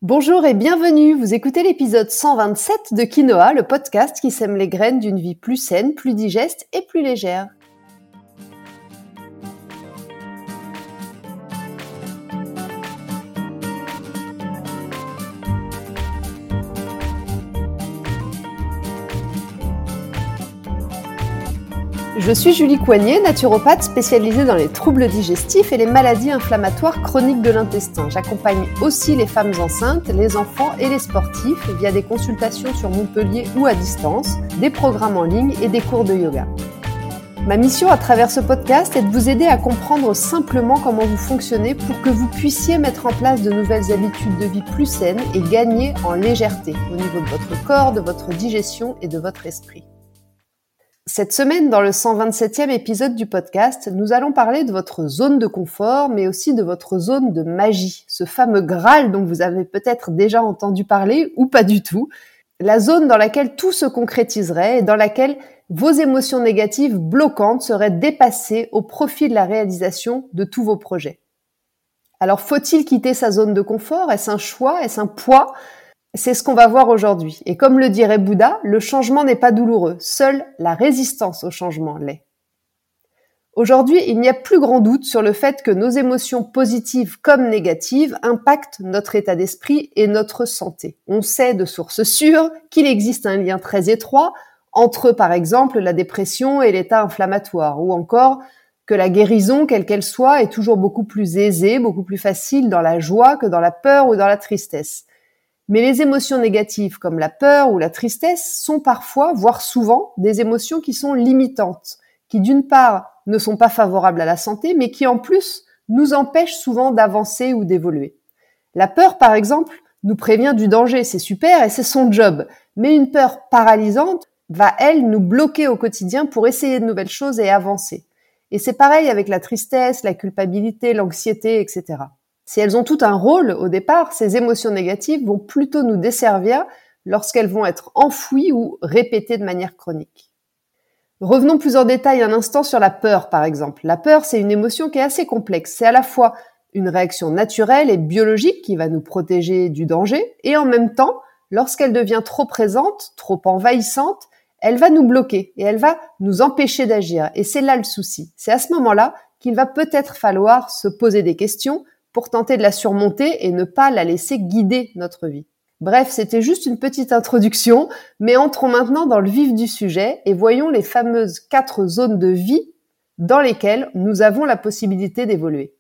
Bonjour et bienvenue, vous écoutez l'épisode 127 de Quinoa, le podcast qui sème les graines d'une vie plus saine, plus digeste et plus légère. Je suis Julie Coignet, naturopathe spécialisée dans les troubles digestifs et les maladies inflammatoires chroniques de l'intestin. J'accompagne aussi les femmes enceintes, les enfants et les sportifs via des consultations sur Montpellier ou à distance, des programmes en ligne et des cours de yoga. Ma mission à travers ce podcast est de vous aider à comprendre simplement comment vous fonctionnez pour que vous puissiez mettre en place de nouvelles habitudes de vie plus saines et gagner en légèreté au niveau de votre corps, de votre digestion et de votre esprit. Cette semaine, dans le 127e épisode du podcast, nous allons parler de votre zone de confort, mais aussi de votre zone de magie, ce fameux Graal dont vous avez peut-être déjà entendu parler ou pas du tout, la zone dans laquelle tout se concrétiserait et dans laquelle vos émotions négatives bloquantes seraient dépassées au profit de la réalisation de tous vos projets. Alors, faut-il quitter sa zone de confort? Est-ce un choix? Est-ce un poids? C'est ce qu'on va voir aujourd'hui. Et comme le dirait Bouddha, le changement n'est pas douloureux. Seule la résistance au changement l'est. Aujourd'hui, il n'y a plus grand doute sur le fait que nos émotions positives comme négatives impactent notre état d'esprit et notre santé. On sait de sources sûres qu'il existe un lien très étroit entre, par exemple, la dépression et l'état inflammatoire, ou encore que la guérison, quelle qu'elle soit, est toujours beaucoup plus aisée, beaucoup plus facile dans la joie que dans la peur ou dans la tristesse. Mais les émotions négatives comme la peur ou la tristesse sont parfois, voire souvent, des émotions qui sont limitantes, qui d'une part ne sont pas favorables à la santé, mais qui en plus nous empêchent souvent d'avancer ou d'évoluer. La peur, par exemple, nous prévient du danger, c'est super et c'est son job. Mais une peur paralysante va, elle, nous bloquer au quotidien pour essayer de nouvelles choses et avancer. Et c'est pareil avec la tristesse, la culpabilité, l'anxiété, etc. Si elles ont tout un rôle au départ, ces émotions négatives vont plutôt nous desservir lorsqu'elles vont être enfouies ou répétées de manière chronique. Revenons plus en détail un instant sur la peur, par exemple. La peur, c'est une émotion qui est assez complexe. C'est à la fois une réaction naturelle et biologique qui va nous protéger du danger, et en même temps, lorsqu'elle devient trop présente, trop envahissante, elle va nous bloquer et elle va nous empêcher d'agir. Et c'est là le souci. C'est à ce moment-là qu'il va peut-être falloir se poser des questions pour tenter de la surmonter et ne pas la laisser guider notre vie. Bref, c'était juste une petite introduction, mais entrons maintenant dans le vif du sujet et voyons les fameuses 4 zones de vie dans lesquelles nous avons la possibilité d'évoluer.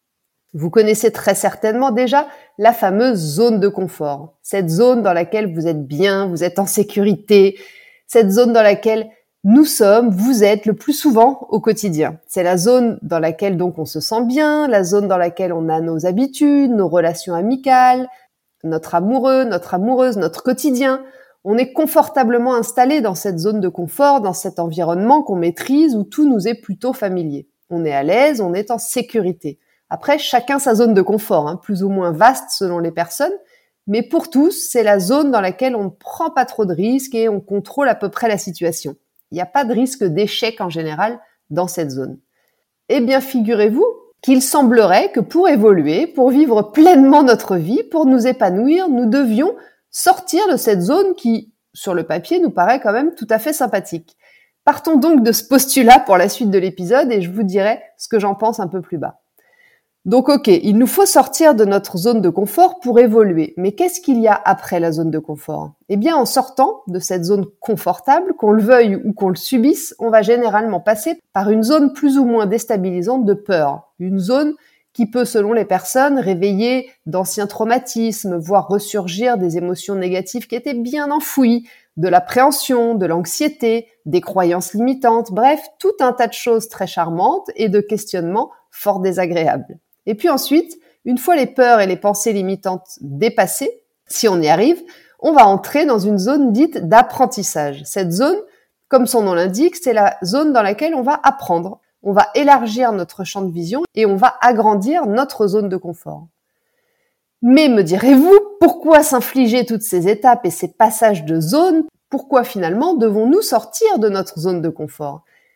Vous connaissez très certainement déjà la fameuse zone de confort, cette zone dans laquelle vous êtes bien, vous êtes en sécurité, cette zone dans laquelle nous sommes, vous êtes le plus souvent au quotidien. C'est la zone dans laquelle donc on se sent bien, la zone dans laquelle on a nos habitudes, nos relations amicales, notre amoureux, notre amoureuse, notre quotidien. On est confortablement installé dans cette zone de confort, dans cet environnement qu'on maîtrise où tout nous est plutôt familier. On est à l'aise, on est en sécurité. Après, chacun sa zone de confort, plus ou moins vaste selon les personnes, mais pour tous, c'est la zone dans laquelle on ne prend pas trop de risques et on contrôle à peu près la situation. Il n'y a pas de risque d'échec en général dans cette zone. Eh bien, figurez-vous qu'il semblerait que pour évoluer, pour vivre pleinement notre vie, pour nous épanouir, nous devions sortir de cette zone qui, sur le papier, nous paraît quand même tout à fait sympathique. Partons donc de ce postulat pour la suite de l'épisode et je vous dirai ce que j'en pense un peu plus bas. Donc ok, il nous faut sortir de notre zone de confort pour évoluer. Mais qu'est-ce qu'il y a après la zone de confort? Eh bien, en sortant de cette zone confortable, qu'on le veuille ou qu'on le subisse, on va généralement passer par une zone plus ou moins déstabilisante de peur. Une zone qui peut, selon les personnes, réveiller d'anciens traumatismes, voire ressurgir des émotions négatives qui étaient bien enfouies, de l'appréhension, de l'anxiété, des croyances limitantes, bref, tout un tas de choses très charmantes et de questionnements fort désagréables. Et puis ensuite, une fois les peurs et les pensées limitantes dépassées, si on y arrive, on va entrer dans une zone dite d'apprentissage. Cette zone, comme son nom l'indique, c'est la zone dans laquelle on va apprendre. On va élargir notre champ de vision et on va agrandir notre zone de confort. Mais me direz-vous, pourquoi s'infliger toutes ces étapes et ces passages de zone? Pourquoi finalement devons-nous sortir de notre zone de confort?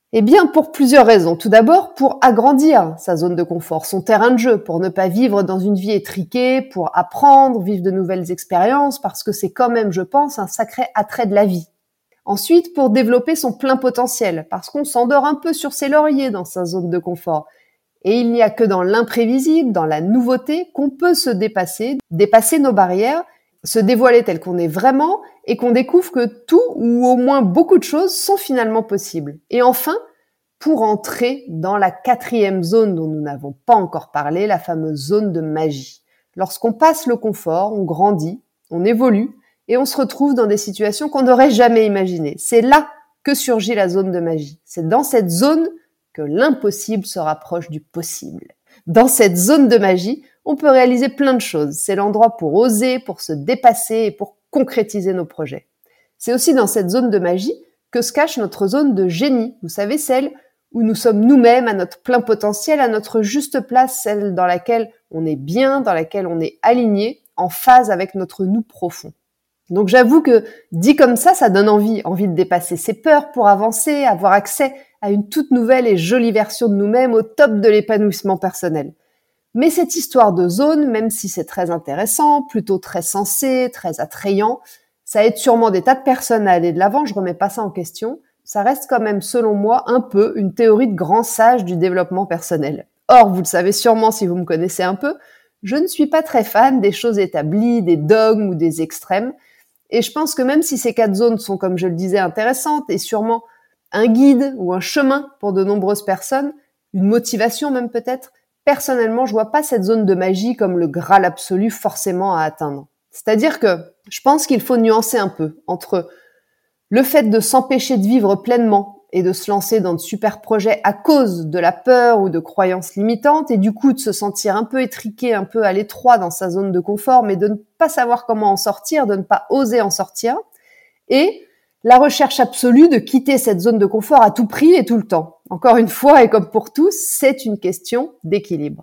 Eh bien, pour plusieurs raisons. Tout d'abord, pour agrandir sa zone de confort, son terrain de jeu, pour ne pas vivre dans une vie étriquée, pour apprendre, vivre de nouvelles expériences, parce que c'est quand même, je pense, un sacré attrait de la vie. Ensuite, pour développer son plein potentiel, parce qu'on s'endort un peu sur ses lauriers dans sa zone de confort. Et il n'y a que dans l'imprévisible, dans la nouveauté, qu'on peut se dépasser nos barrières, se dévoiler tel qu'on est vraiment et qu'on découvre que tout ou au moins beaucoup de choses sont finalement possibles. Et enfin, pour entrer dans la 4e zone dont nous n'avons pas encore parlé, la fameuse zone de magie. Lorsqu'on passe le confort, on grandit, on évolue et on se retrouve dans des situations qu'on n'aurait jamais imaginées. C'est là que surgit la zone de magie. C'est dans cette zone que l'impossible se rapproche du possible. Dans cette zone de magie, on peut réaliser plein de choses. C'est l'endroit pour oser, pour se dépasser et pour concrétiser nos projets. C'est aussi dans cette zone de magie que se cache notre zone de génie. Vous savez, celle où nous sommes nous-mêmes à notre plein potentiel, à notre juste place, celle dans laquelle on est bien, dans laquelle on est aligné, en phase avec notre nous profond. Donc j'avoue que dit comme ça donne envie de dépasser ses peurs pour avancer, avoir accès à une toute nouvelle et jolie version de nous-mêmes au top de l'épanouissement personnel. Mais cette histoire de zone, même si c'est très intéressant, plutôt très sensé, très attrayant, ça aide sûrement des tas de personnes à aller de l'avant, je remets pas ça en question, ça reste quand même, selon moi, un peu une théorie de grand sage du développement personnel. Or, vous le savez sûrement si vous me connaissez un peu, je ne suis pas très fan des choses établies, des dogmes ou des extrêmes, et je pense que même si ces 4 zones sont, comme je le disais, intéressantes et sûrement un guide ou un chemin pour de nombreuses personnes, une motivation même peut-être, personnellement, je vois pas cette zone de magie comme le Graal absolu forcément à atteindre. C'est-à-dire que je pense qu'il faut nuancer un peu entre le fait de s'empêcher de vivre pleinement et de se lancer dans de super projets à cause de la peur ou de croyances limitantes et du coup de se sentir un peu étriqué, un peu à l'étroit dans sa zone de confort, mais de ne pas savoir comment en sortir, de ne pas oser en sortir, et la recherche absolue de quitter cette zone de confort à tout prix et tout le temps. Encore une fois, et comme pour tous, c'est une question d'équilibre.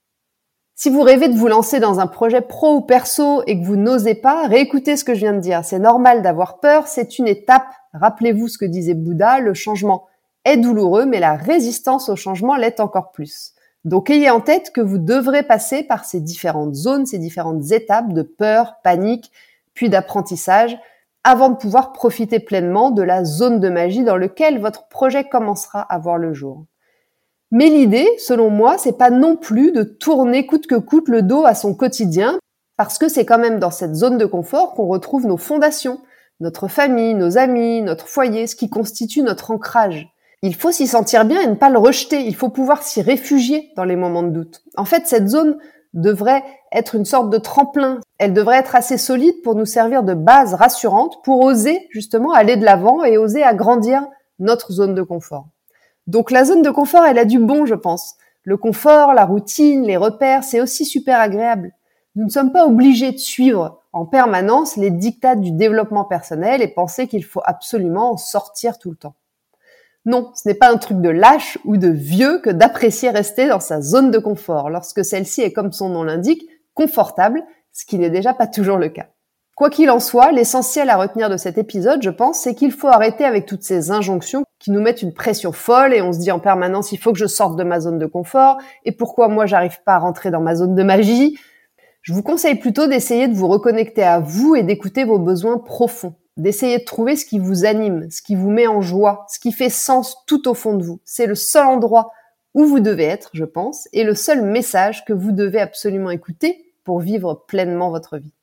Si vous rêvez de vous lancer dans un projet pro ou perso et que vous n'osez pas, réécoutez ce que je viens de dire. C'est normal d'avoir peur, c'est une étape. Rappelez-vous ce que disait Bouddha, le changement est douloureux, mais la résistance au changement l'est encore plus. Donc ayez en tête que vous devrez passer par ces différentes zones, ces différentes étapes de peur, panique, puis d'apprentissage, avant de pouvoir profiter pleinement de la zone de magie dans laquelle votre projet commencera à voir le jour. Mais l'idée, selon moi, c'est pas non plus de tourner coûte que coûte le dos à son quotidien, parce que c'est quand même dans cette zone de confort qu'on retrouve nos fondations, notre famille, nos amis, notre foyer, ce qui constitue notre ancrage. Il faut s'y sentir bien et ne pas le rejeter, il faut pouvoir s'y réfugier dans les moments de doute. En fait, cette zone devrait être une sorte de tremplin, elle devrait être assez solide pour nous servir de base rassurante pour oser justement aller de l'avant et oser agrandir notre zone de confort. Donc la zone de confort, elle a du bon, je pense. Le confort, la routine, les repères, c'est aussi super agréable. Nous ne sommes pas obligés de suivre en permanence les dictats du développement personnel et penser qu'il faut absolument en sortir tout le temps. Non, ce n'est pas un truc de lâche ou de vieux que d'apprécier rester dans sa zone de confort, lorsque celle-ci est, comme son nom l'indique, confortable, ce qui n'est déjà pas toujours le cas. Quoi qu'il en soit, l'essentiel à retenir de cet épisode, je pense, c'est qu'il faut arrêter avec toutes ces injonctions qui nous mettent une pression folle et on se dit en permanence il faut que je sorte de ma zone de confort et pourquoi moi j'arrive pas à rentrer dans ma zone de magie. Je vous conseille plutôt d'essayer de vous reconnecter à vous et d'écouter vos besoins profonds, d'essayer de trouver ce qui vous anime, ce qui vous met en joie, ce qui fait sens tout au fond de vous. C'est le seul endroit où vous devez être, je pense, et le seul message que vous devez absolument écouter pour vivre pleinement votre vie.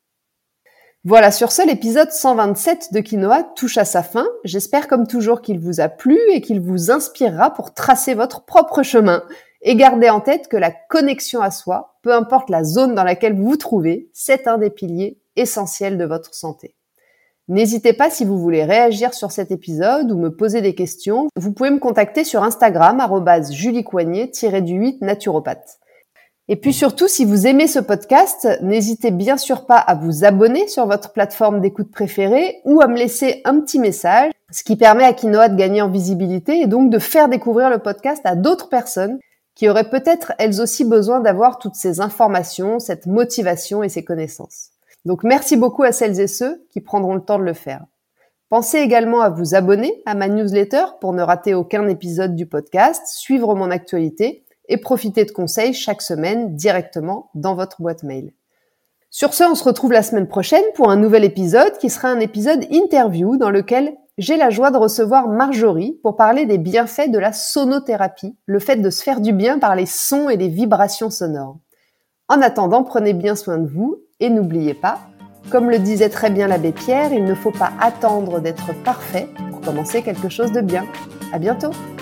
Voilà, sur ce, l'épisode 127 de Quinoa touche à sa fin. J'espère comme toujours qu'il vous a plu et qu'il vous inspirera pour tracer votre propre chemin. Et gardez en tête que la connexion à soi, peu importe la zone dans laquelle vous vous trouvez, c'est un des piliers essentiels de votre santé. N'hésitez pas si vous voulez réagir sur cet épisode ou me poser des questions. Vous pouvez me contacter sur Instagram, @juliecoignet_8 naturopathe. Et puis surtout, si vous aimez ce podcast, n'hésitez bien sûr pas à vous abonner sur votre plateforme d'écoute préférée ou à me laisser un petit message, ce qui permet à Quinoa de gagner en visibilité et donc de faire découvrir le podcast à d'autres personnes qui auraient peut-être elles aussi besoin d'avoir toutes ces informations, cette motivation et ces connaissances. Donc merci beaucoup à celles et ceux qui prendront le temps de le faire. Pensez également à vous abonner à ma newsletter pour ne rater aucun épisode du podcast, suivre mon actualité et profiter de conseils chaque semaine directement dans votre boîte mail. Sur ce, on se retrouve la semaine prochaine pour un nouvel épisode qui sera un épisode interview dans lequel j'ai la joie de recevoir Marjorie pour parler des bienfaits de la sonothérapie, le fait de se faire du bien par les sons et les vibrations sonores. En attendant, prenez bien soin de vous et n'oubliez pas, comme le disait très bien l'abbé Pierre, il ne faut pas attendre d'être parfait pour commencer quelque chose de bien. À bientôt!